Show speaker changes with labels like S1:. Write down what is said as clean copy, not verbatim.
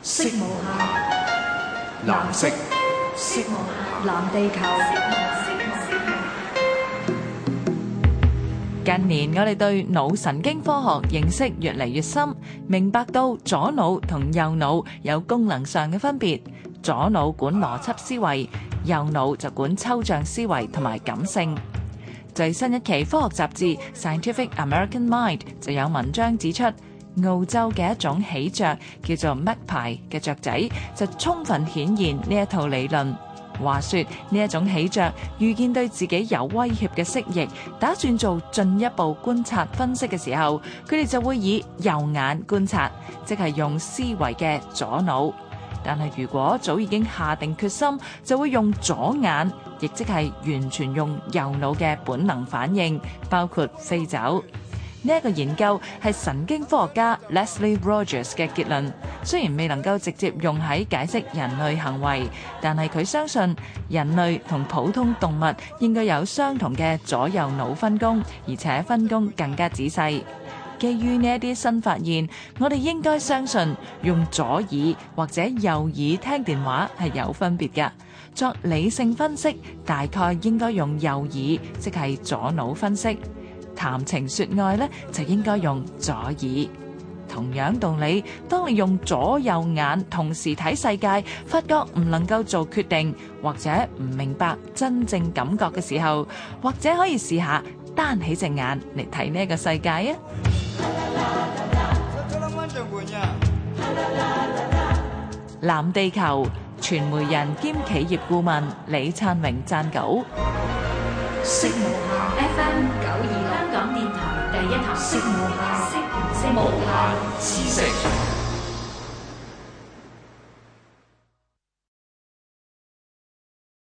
S1: 色無限，藍色，色無限，藍地球。
S2: 近年我哋對腦神經科學認識越嚟越深，明白到左腦同右腦有功能上嘅分別。左腦管邏輯思維，右腦就管抽象思維同埋感性。最新一期科學雜誌《Scientific American Mind》就有文章指出，澳洲嘅一種喜鵲叫做 Magpie 嘅雀仔，就充分顯現呢一套理論。話說呢一種喜鵲遇見對自己有威脅嘅蜥蜴，打算做進一步觀察分析嘅時候，佢哋就會以右眼觀察，即係用思維嘅左腦。但係如果早已經下定決心，就會用左眼，亦即係完全用右腦嘅本能反應，包括飛走。呢一個研究係神經科學家 Leslie Rogers 嘅結論，雖然未能夠直接用喺解釋人類行為，但係佢相信人類同普通動物應該有相同嘅左右腦分工，而且分工更加仔細。基於呢一啲新發現，我哋應該相信用左耳或者右耳聽電話係有分別㗎。作理性分析，大概應該用右耳，即係左腦分析。談情說愛呢，就應該用左耳。同樣道理，當你用左右眼同時睇世界，發覺唔能夠做決定，或者唔明白真正感覺嘅時候，或者可以試下單起隻眼嚟睇呢個世界啊！藍地球傳媒人兼企業顧問李燦榮撰稿。
S1: 色無限 FM 926香港電台第一台，色無限，色無限知識。